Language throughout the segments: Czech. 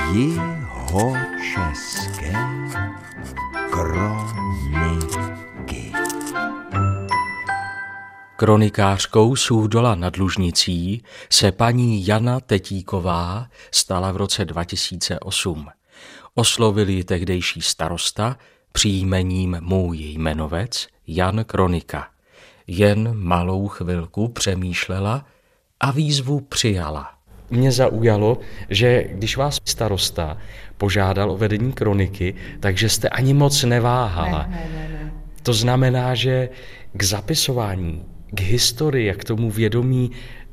Jihočeské kroniky. Kronikářkou Suchdola nad Lužnicí se paní Jana Tetíková stala v roce 2008. Oslovil ji tehdejší starosta příjmením Můj jmenovec Jan Kronika. Jen malou chvilku přemýšlela a výzvu přijala. Mě zaujalo, že když vás starosta požádal o vedení kroniky, takže jste ani moc neváhala. Ne. To znamená, že k zapisování, k historii, k tomu vědomí,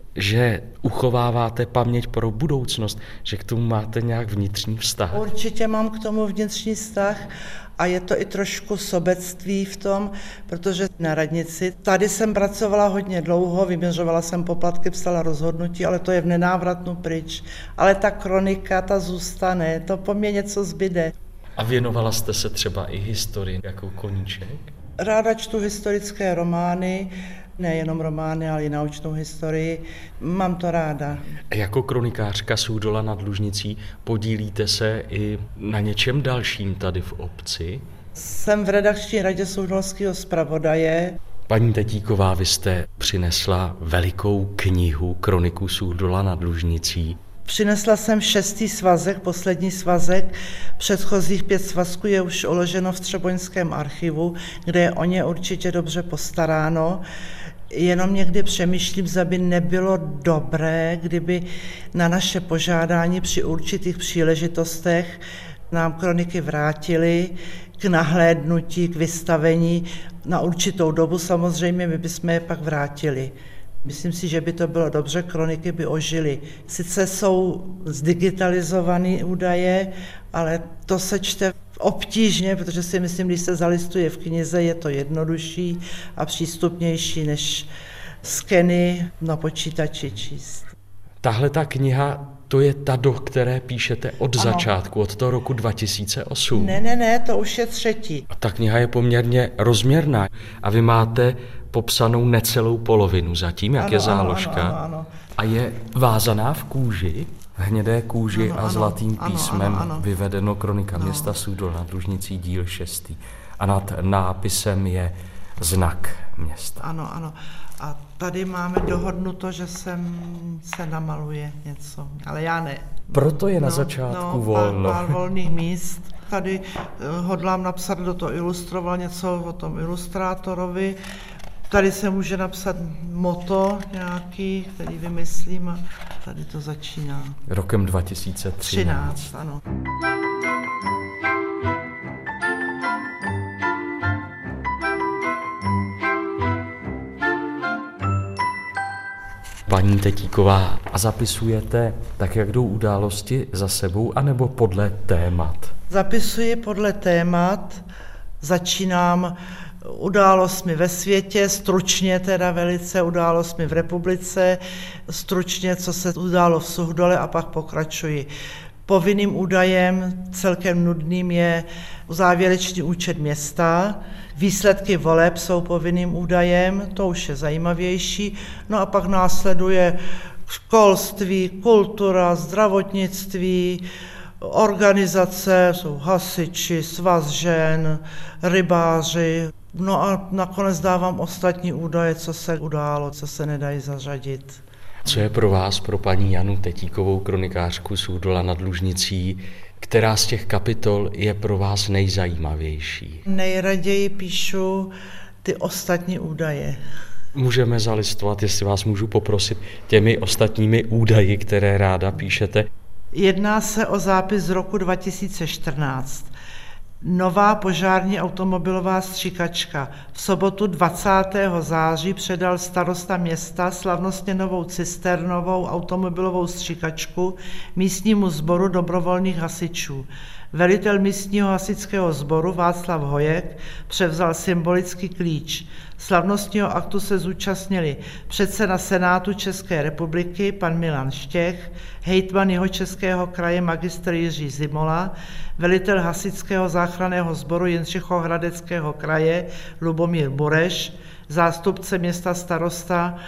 že uchováváte paměť pro budoucnost, že k tomu máte nějak vnitřní vztah. Určitě mám k tomu vnitřní vztah a je to i trošku sobectví v tom, protože na radnici, tady jsem pracovala hodně dlouho, vyměřovala jsem poplatky, psala rozhodnutí, ale to je v nenávratnu pryč. Ale ta kronika, ta zůstane, to po mně něco zbyde. A věnovala jste se třeba i historii jako koníček? Ráda čtu historické romány, nejenom romány, ale i naučnou historii. Mám to ráda. Jako kronikářka Suchdola nad Lužnicí podílíte se i na něčem dalším tady v obci? Jsem v redakční radě Suchdolského zpravodaje. Paní Tetíková, vy jste přinesla velikou knihu Kroniku Suchdola nad Lužnicí. Přinesla jsem 6. svazek, poslední svazek. Předchozích 5 svazků je už uloženo v Třeboňském archivu, kde je o ně určitě dobře postaráno. Jenom někdy přemýšlím, zda by nebylo dobré, kdyby na naše požádání při určitých příležitostech nám kroniky vrátili k nahlédnutí, k vystavení. Na určitou dobu samozřejmě my bychom je pak vrátili. Myslím si, že by to bylo dobře, kroniky by ožily. Sice jsou zdigitalizované údaje, ale to se čte obtížně, protože si myslím, když se zalistuje v knize, je to jednodušší a přístupnější než skeny na počítači číst. Tahle ta kniha, to je ta, do které píšete od začátku, od toho roku 2008. Ne, to už je 3. A ta kniha je poměrně rozměrná a vy máte popsanou necelou polovinu zatím, jak je záložka. Ano. A je vázaná v kůži, hnědé kůži a zlatým písmem vyvedeno Kronika města Suchdol nad Lužnicí díl 6. A nad nápisem je znak města. Ano. A tady máme dohodnuto, že se namaluje něco, ale já ne. Proto je na začátku volno. Pár volných míst. Tady hodlám napsat, kdo to ilustroval, něco o tom ilustrátorovi. Tady se může napsat moto nějaký, který vymyslím a tady to začíná. Rokem 2013. Ano. Paní Tetíková, a zapisujete tak, jak jdou události za sebou, anebo podle témat? Zapisuji podle témat, začínám událostmi ve světě, stručně teda velice událostmi v republice, stručně, co se událo v Suchdole a pak pokračuji. Povinným údajem, celkem nudným, je závěrečný účet města. Výsledky voleb jsou povinným údajem, to už je zajímavější. No a pak následuje školství, kultura, zdravotnictví, organizace, jsou hasiči, svaz žen, rybáři. No a nakonec dávám ostatní údaje, co se událo, co se nedají zařadit. Co je pro vás, pro paní Janu Tetíkovou, kronikářku Suchdola nad Lužnicí, která z těch kapitol je pro vás nejzajímavější? Nejraději píšu ty ostatní údaje. Můžeme zalistovat, jestli vás můžu poprosit, těmi ostatními údaji, které ráda píšete. Jedná se o zápis z roku 2014. Nová požární automobilová stříkačka. V sobotu 20. září předal starosta města slavnostně novou cisternovou automobilovou stříkačku místnímu sboru dobrovolných hasičů. Velitel místního hasičského sboru Václav Hojek převzal symbolický klíč. Slavnostního aktu se zúčastnili předseda Senátu České republiky pan Milan Štěch, hejtman Jihočeského kraje magistr Jiří Zimola, velitel hasičského záchranného sboru Jindřichohradeckého kraje Lubomír Bureš, zástupce města starosta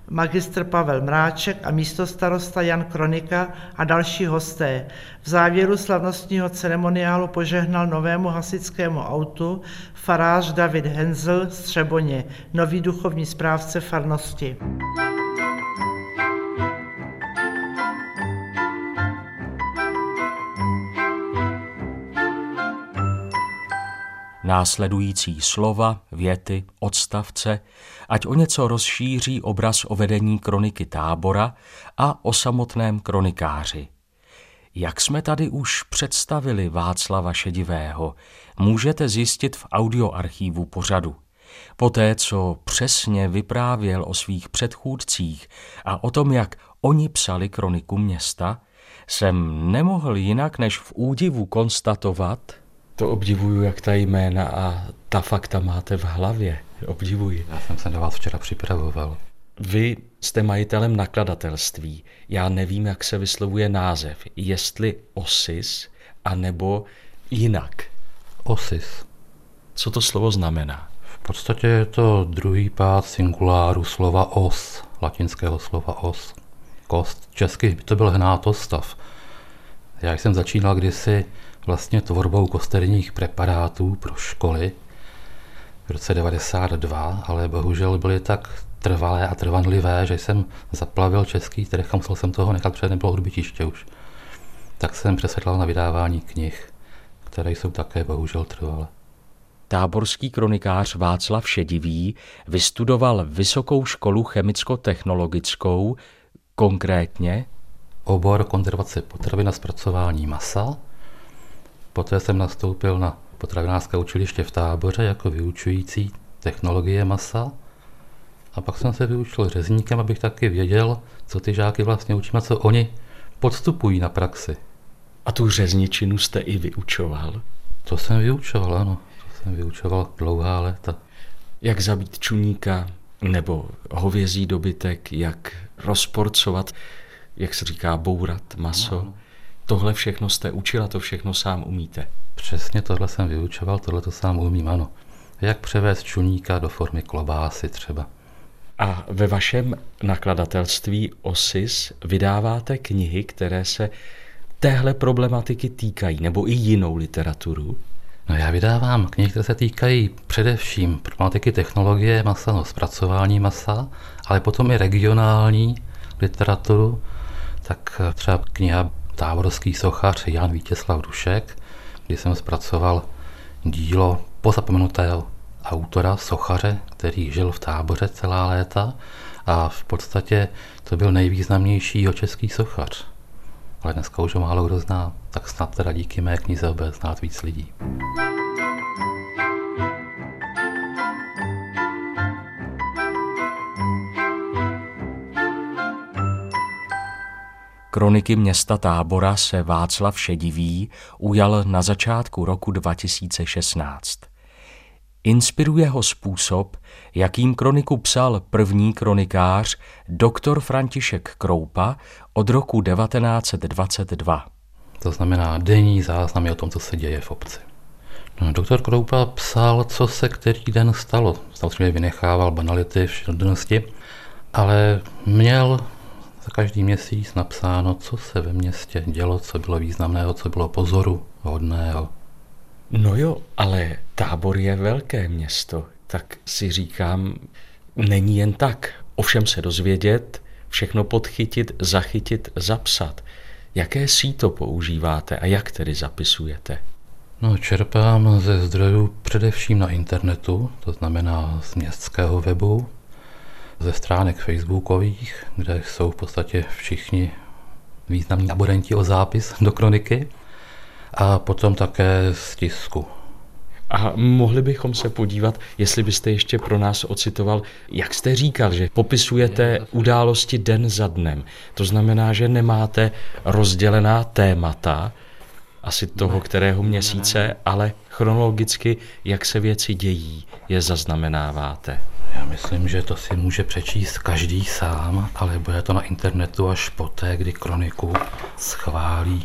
magistr Pavel Mráček a místostarosta Jan Kronika a další hosté. V závěru slavnostního ceremoniálu požehnal novému hasičskému autu farář David Henzel z Třeboně, nový duchovní správce farnosti. Následující slova, věty, odstavce, ať o něco rozšíří obraz o vedení kroniky Tábora a o samotném kronikáři. Jak jsme tady už představili Václava Šedivého, můžete zjistit v audioarchívu pořadu. Poté, co přesně vyprávěl o svých předchůdcích a o tom, jak oni psali kroniku města, jsem nemohl jinak než v údivu konstatovat, to obdivuju, jak ta jména a ta fakta máte v hlavě. Obdivuji. Já jsem se na vás včera připravoval. Vy jste majitelem nakladatelství. Já nevím, jak se vyslovuje název. Jestli Osis, anebo jinak. Osis. Co to slovo znamená? V podstatě je to druhý pád singuláru slova os, latinského slova os. Kost. Česky by to byl hnátostav. Já jsem začínal kdysi vlastně tvorbou kosterních preparátů pro školy v roce 92, ale bohužel byly tak trvalé a trvanlivé, že jsem zaplavil český trh a musel jsem toho nechat, protože nebylo odbytiště už. Tak jsem přesedlal na vydávání knih, které jsou také bohužel trvalé. Táborský kronikář Václav Šedivý vystudoval Vysokou školu chemicko-technologickou, konkrétně obor konzervace potravin a zpracování masa. Poté jsem nastoupil na potravinářské učiliště v Táboře jako vyučující technologie masa. A pak jsem se vyučil řezníkem, abych taky věděl, co ty žáky vlastně učím a co oni podstupují na praxi. A tu řezničinu jste i vyučoval? To jsem vyučoval, ano. To jsem vyučoval dlouhá léta. Jak zabít čuníka nebo hovězí dobytek, jak rozporcovat, jak se říká, bourat maso. No. Tohle všechno jste učil a to všechno sám umíte? Přesně tohle jsem vyučoval, tohle to sám umím, ano. Jak převést čuníka do formy klobásy třeba. A ve vašem nakladatelství Osis vydáváte knihy, které se téhle problematiky týkají, nebo i jinou literaturu? No já vydávám knihy, které se týkají především problematiky technologie masa, no, zpracování masa, ale potom i regionální literaturu, tak třeba kniha Táborský sochař Jan Vítězslav Dušek, kdy jsem zpracoval dílo pozapomenutého autora, sochaře, který žil v Táboře celá léta a v podstatě to byl nejvýznamnější český sochař. Ale dneska už ho málo kdo zná, tak snad teda díky mé knize bude znát víc lidí. Kroniky města Tábora se Václav Šedivý ujal na začátku roku 2016. Inspiruje ho způsob, jakým kroniku psal první kronikář doktor František Kroupa od roku 1922. To znamená denní záznamy o tom, co se děje v obci. No, doktor Kroupa psal, co se který den stalo. Samozřejmě vynechával banality, všednosti, ale měl za každý měsíc napsáno, co se ve městě dělo, co bylo významného, co bylo pozoru hodného. No jo, ale Tábor je velké město, tak si říkám, není jen tak o všem se dozvědět, všechno podchytit, zachytit, zapsat. Jaké síto používáte a jak tedy zapisujete? No, čerpám ze zdrojů především na internetu, to znamená z městského webu, ze stránek facebookových, kde jsou v podstatě všichni významní abonenti o zápis do kroniky, a potom také z tisku. A mohli bychom se podívat, jestli byste ještě pro nás ocitoval, jak jste říkal, že popisujete události den za dnem. To znamená, že nemáte rozdělená témata, asi toho kterého měsíce, ale chronologicky, jak se věci dějí, je zaznamenáváte. Já myslím, že to si může přečíst každý sám, ale bude to na internetu až poté, kdy kroniku schválí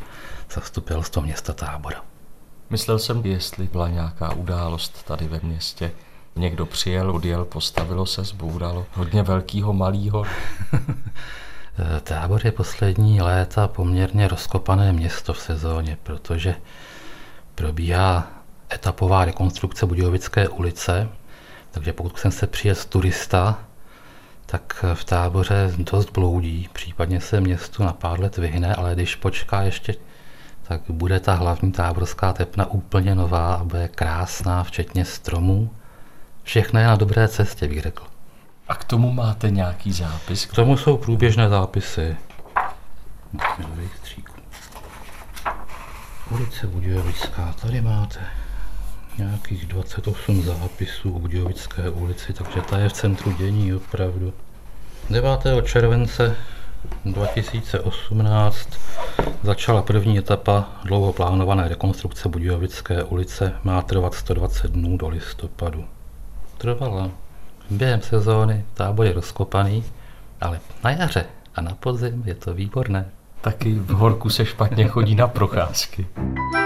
zastupitelstvo města Tábora. Myslel jsem, jestli byla nějaká událost tady ve městě, Někdo přijel, odjel, postavilo se, zbouralo. Hodně velkýho, malýho. Tábor je poslední léta poměrně rozkopané město v sezóně, protože probíhá etapová rekonstrukce Budějovické ulice, takže pokud jsem se přijet turista, tak v Táboře dost bloudí, případně se městu na pár let vyhne, ale když počká ještě, tak bude ta hlavní táborská tepna úplně nová a bude krásná, včetně stromů. Všechno je na dobré cestě, bych řekl. A k tomu máte nějaký zápis? K tomu jsou průběžné zápisy. Musíme do rejstříku. Ulice Budějovická, tady máte nějakých 28 zápisů o Budějovické ulici, takže ta je v centru dění opravdu. 9. července 2018 začala první etapa dlouho plánované rekonstrukce Budějovické ulice, má trvat 120 dnů do listopadu. Trvala. Během sezóny tábor je rozkopaný, ale na jaře a na podzim je to výborné. Taky v horku se špatně chodí na procházky.